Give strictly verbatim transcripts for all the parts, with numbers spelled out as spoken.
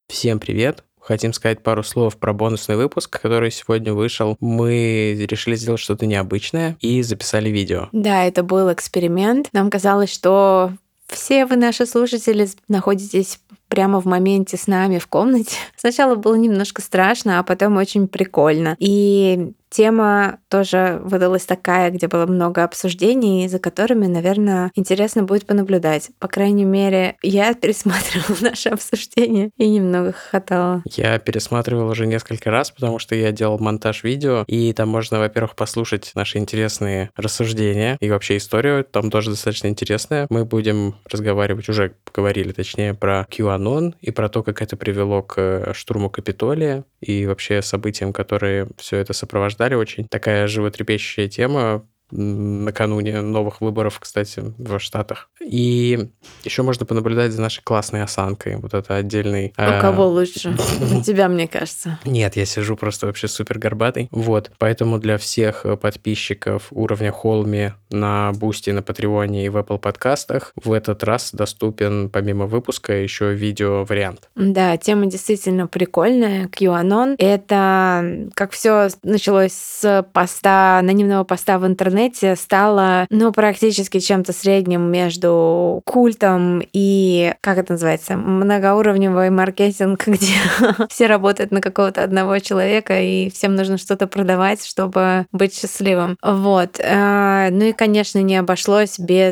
Всем привет! Хотим сказать пару слов про бонусный выпуск, который сегодня вышел. Мы решили сделать что-то необычное и записали видео. Да, это был эксперимент. Нам казалось, что все вы, наши слушатели, находитесь прямо в моменте с нами в комнате. Сначала было немножко страшно, а потом очень прикольно. И тема тоже выдалась такая, где было много обсуждений, за которыми, наверное, интересно будет понаблюдать. По крайней мере, я пересматривала наше обсуждение и немного хохотала. Я пересматривал уже несколько раз, потому что я делал монтаж видео, и там можно, во-первых, послушать наши интересные рассуждения и вообще историю, там тоже достаточно интересная. Мы будем разговаривать, уже поговорили, точнее, про QAnon и про то, как это привело к штурму Капитолия и вообще событиям, которые все это сопровождали. Очень такая животрепещущая тема накануне новых выборов, кстати, в Штатах. И еще можно понаблюдать за нашей классной осанкой. Вот это отдельный... У а... кого лучше? У тебя, мне кажется. Нет, я сижу просто вообще супер горбатый. Вот, поэтому для всех подписчиков уровня Холми на Бусти, на Патреоне и в Apple подкастах в этот раз доступен, помимо выпуска, еще видео-вариант. Да, тема действительно прикольная. QAnon. Это, как все началось с поста, анонимного поста в интернете, стало, ну, практически чем-то средним между культом и, как это называется, многоуровневый маркетинг, где все работают на какого-то одного человека, и всем нужно что-то продавать, чтобы быть счастливым. Вот. Ну и, конечно, не обошлось без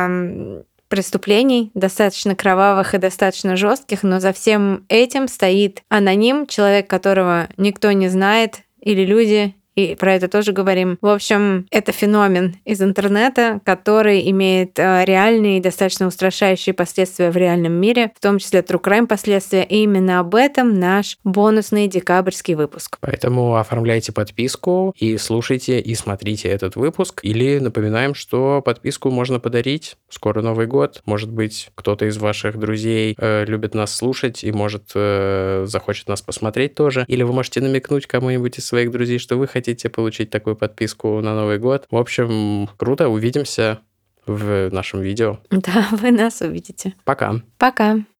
преступлений, достаточно кровавых и достаточно жестких, но за всем этим стоит аноним, человек, которого никто не знает, или люди, и про это тоже говорим. В общем, это феномен из интернета, который имеет реальные и достаточно устрашающие последствия в реальном мире, в том числе true crime последствия, и именно об этом наш бонусный декабрьский выпуск. Поэтому оформляйте подписку и слушайте, и смотрите этот выпуск. Или напоминаем, что подписку можно подарить. Скоро Новый год. Может быть, кто-то из ваших друзей э, любит нас слушать и, может, э, захочет нас посмотреть тоже. Или вы можете намекнуть кому-нибудь из своих друзей, что вы хотите хотите получить такую подписку на Новый год. В общем, круто, увидимся в нашем видео. Да, вы нас увидите. Пока. Пока.